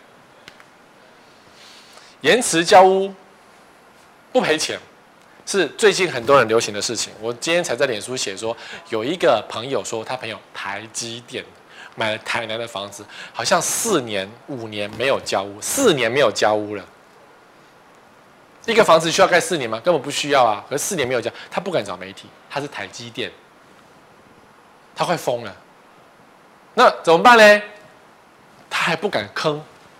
延迟交屋不赔钱，是最近很多人流行的事情。我今天才在脸书写说，有一个朋友说，他朋友台积电买了台南的房子，好像4年、5年没有交屋，4年没有交屋了。一个房子需要盖4年吗？根本不需要啊。可是4年没有交，他不敢找媒体，他是台积电，他快疯了。那怎么办呢？他还不敢吭，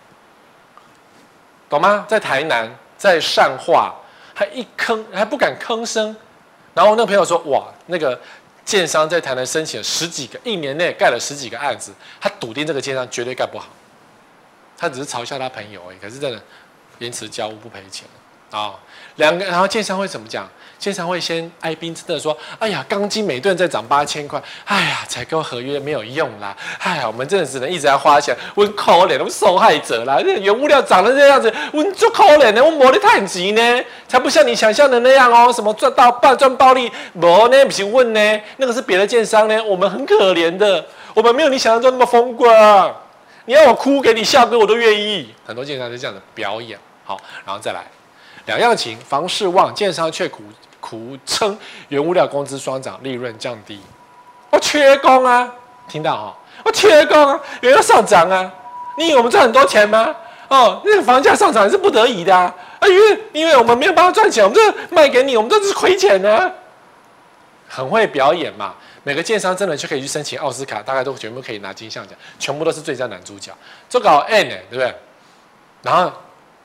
懂吗？在台南，在善化，还不敢吭声。然后那个朋友说：“哇，那个。”建商在台南申请了10几个，1年内盖了10几个案子，他笃定这个建商绝对盖不好，他只是嘲笑他朋友而已。可是真的延迟交屋不赔钱。 啊，然后建商会怎么讲？建商会先哀兵之的说：“哎呀，钢筋每吨再涨8000块，哎呀，采购合约没有用啦，哎呀，我们真的只能一直在花钱，我可怜，我们受害者啦。原物料涨成这样子，我就可怜呢，我没得太急呢，才不像你想象的那样哦，什么赚暴利，没呢，不是问呢，那个是别的建商呢，我们很可怜的，我们没有你想象中那么风光。你要我哭给你笑给我都愿意。很多建商是这样的表演，好，然后再来，两样情，房市旺，建商却苦称原物料工资双涨，利润降低。我缺工啊，听到哈？我缺工啊，原料上涨啊。你以为我们赚很多钱吗？哦，那个房价上涨是不得已的啊。因为我们没有办法赚钱，我们这卖给你，我们这是亏钱的啊。很会表演嘛。每个建商真的就可以去申请奥斯卡，大概都全部可以拿金像奖，全部都是最佳男主角。这搞 N 对不对？然后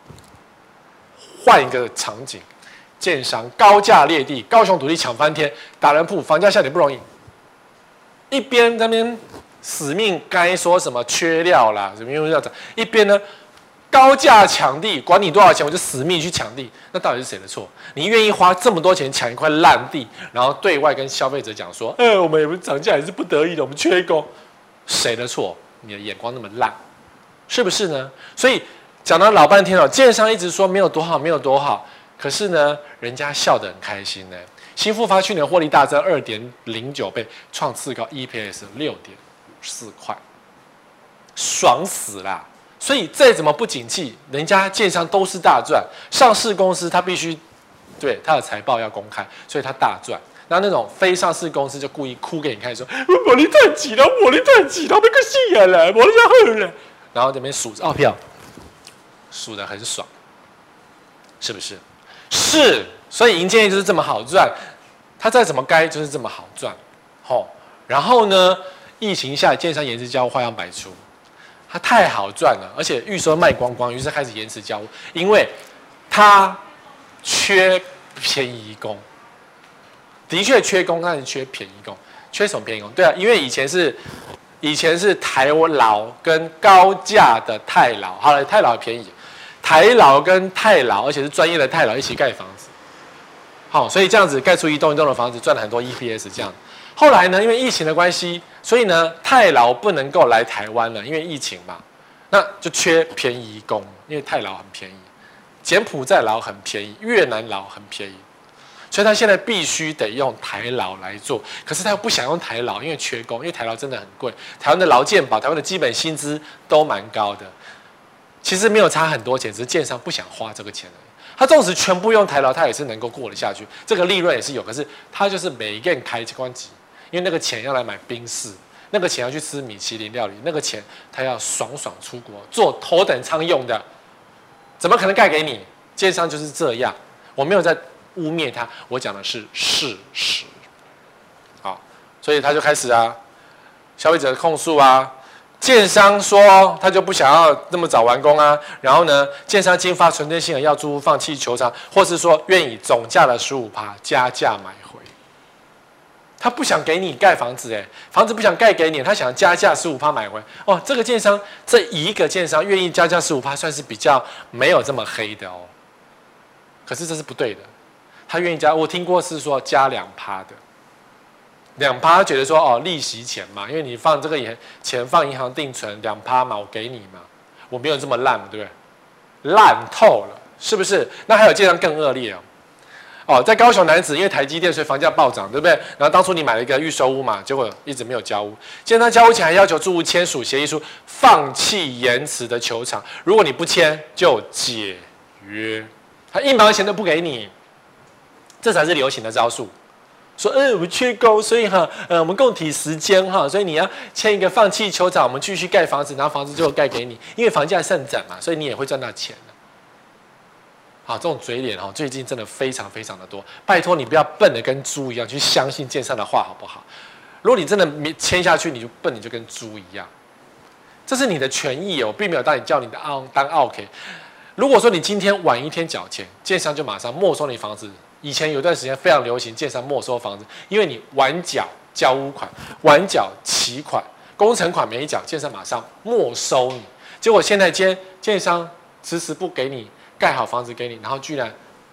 换一个场景。建商高价裂地，高雄土地抢翻天，打人铺，房价下跌不容易。一边那边死命该说什么缺料啦，什么因为要涨，一边呢高价抢地，管你多少钱，我就死命去抢地。那到底是谁的错？你愿意花这么多钱抢一块烂地，然后对外跟消费者讲说，我们也不涨价也是不得已的，我们缺工，谁的错？你的眼光那么烂，是不是呢？所以讲了老半天了，建商一直说没有多好，没有多好。可是呢，人家笑得很开心呢。新复发去年获利大增2.09倍，创次高 ，EPS 6.54块，爽死啦！所以再怎么不景气，人家建商都是大赚。上市公司它必须对它的财报要公开，所以它大赚。那种非上市公司就故意哭给你看，说我的赚几了，我的赚几了，那个戏啊了，我的要喝了，然后这边数钞票，数得很爽，是不是？是，所以营建业就是这么好赚，它再怎么该就是这么好赚，然后呢，疫情下建商延迟交屋花样百出，它太好赚了，而且预售卖光光，于是开始延迟交屋，因为它缺便宜工，的确缺工，但是缺便宜工，缺什么便宜工？对啊，因为以前是台劳跟高价的泰劳，好了，泰劳便宜。台劳跟泰劳，而且是专业的泰劳一起盖房子，好，所以这样子盖出一栋一栋的房子，赚了很多 EPS 这样。后来呢，因为疫情的关系，所以呢，泰劳不能够来台湾了，因为疫情嘛，那就缺便宜工，因为泰劳很便宜，柬埔寨劳很便宜，越南劳很便宜，所以他现在必须得用台劳来做，可是他又不想用台劳，因为缺工，因为台劳真的很贵，台湾的劳健保、台湾的基本薪资都蛮高的。其实没有差很多钱，只是建商不想花这个钱而已。他纵使全部用台劳，他也是能够过得下去，这个利润也是有。可是他就是每一个人开关机，因为那个钱要来买宾士，那个钱要去吃米其林料理，那个钱他要爽出国坐头等舱用的，怎么可能盖给你？建商就是这样，我没有在污蔑他，我讲的是事实。好，所以他就开始消费者的控诉建商说他就不想要那么早完工然后呢，建商经发存真信函要住户放弃求偿，或是说愿意总价的15%加价买回。他不想给你盖房子，房子不想盖给你，他想加价15%买回。哦，这个建商这一个建商愿意加价15%，算是比较没有这么黑的哦。可是这是不对的，他愿意加，我听过是说加2%的。2%他觉得说利息钱嘛，因为你放这个钱放银行定存2%嘛，我给你嘛，我没有这么烂，对不对？烂透了，是不是？那还有建商更恶劣在高雄楠梓，因为台积电所以房价暴涨，对不对？然后当初你买了一个预售屋嘛，结果一直没有交屋，建商交屋前还要求住户签署协议书，放弃延迟的求偿，如果你不签就解约，他1毛钱都不给你，这才是流行的招数。说我们缺工，所以我们共体时间所以你要签一个放弃求偿，我们继续盖房子，然后房子最后盖给你，因为房价上涨嘛，所以你也会赚到钱这种嘴脸最近真的非常非常的多，拜托你不要笨的跟猪一样去相信建商的话好不好？如果你真的签下去，你就笨，你就跟猪一样，这是你的权益我并没有叫你当 OK。如果说你今天晚一天缴钱，建商就马上没收你房子。以前有段时间非常流行建商没收房子，因为你晚缴交屋款、晚缴期款、工程款没缴，建商马上没收你。结果现在建商迟迟不给你盖好房子给你，然后居然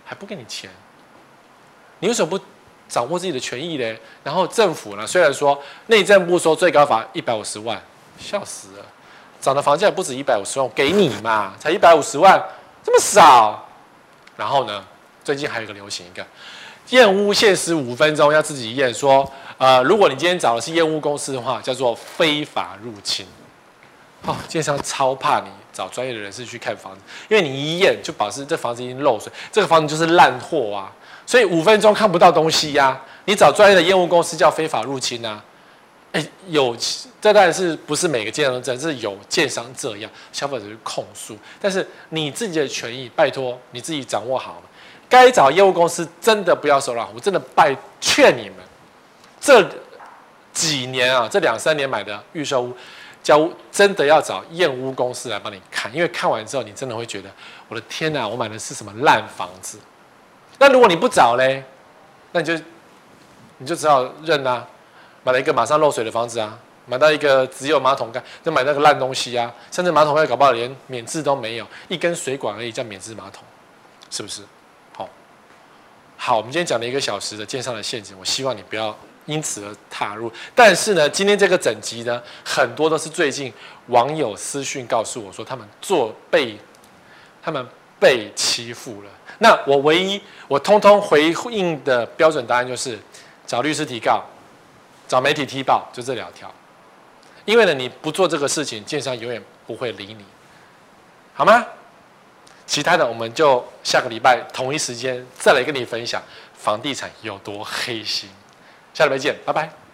还不给你钱，你为什么不掌握自己的权益呢？然后政府呢，虽然说内政部说最高罚150万，笑死了，涨的房价也不止150万，我给你嘛，才150万，这么少。然后呢，最近还有一个流行一个验屋限时5分钟要自己验，说如果你今天找的是验屋公司的话，叫做非法入侵。哦，建商超怕你找专业的人士去看房子，因为你一验就表示这房子已经漏水，这个房子就是烂货啊，所以5分钟看不到东西呀、你找专业的验屋公司叫非法入侵啊。这当然是不是每个建商都这样，是有建商这样，消费者去控诉。但是你自己的权益，拜托你自己掌握好了。该找业务公司真的不要手软，我真的劝你们，这几年啊，这2、3年买的预售屋、交屋，真的要找验屋公司来帮你看，因为看完之后，你真的会觉得，我的天哪，我买的是什么烂房子？那如果你不找嘞，那你就只好认啊，买了一个马上漏水的房子啊，买到一个只有马桶盖，就买那个烂东西啊，甚至马桶盖搞不好连免治都没有，一根水管而已叫免治马桶，是不是？好，我们今天讲了1个小时的建商的陷阱，我希望你不要因此而踏入。但是呢，今天这个整集呢，很多都是最近网友私讯告诉我说，他们被欺负了。那我通通回应的标准答案就是找律师提告，找媒体踢爆，就这2条。因为呢，你不做这个事情，建商永远不会理你，好吗？其他的我们就下个礼拜同一时间再来跟你分享房地产有多黑心。下礼拜见，拜拜。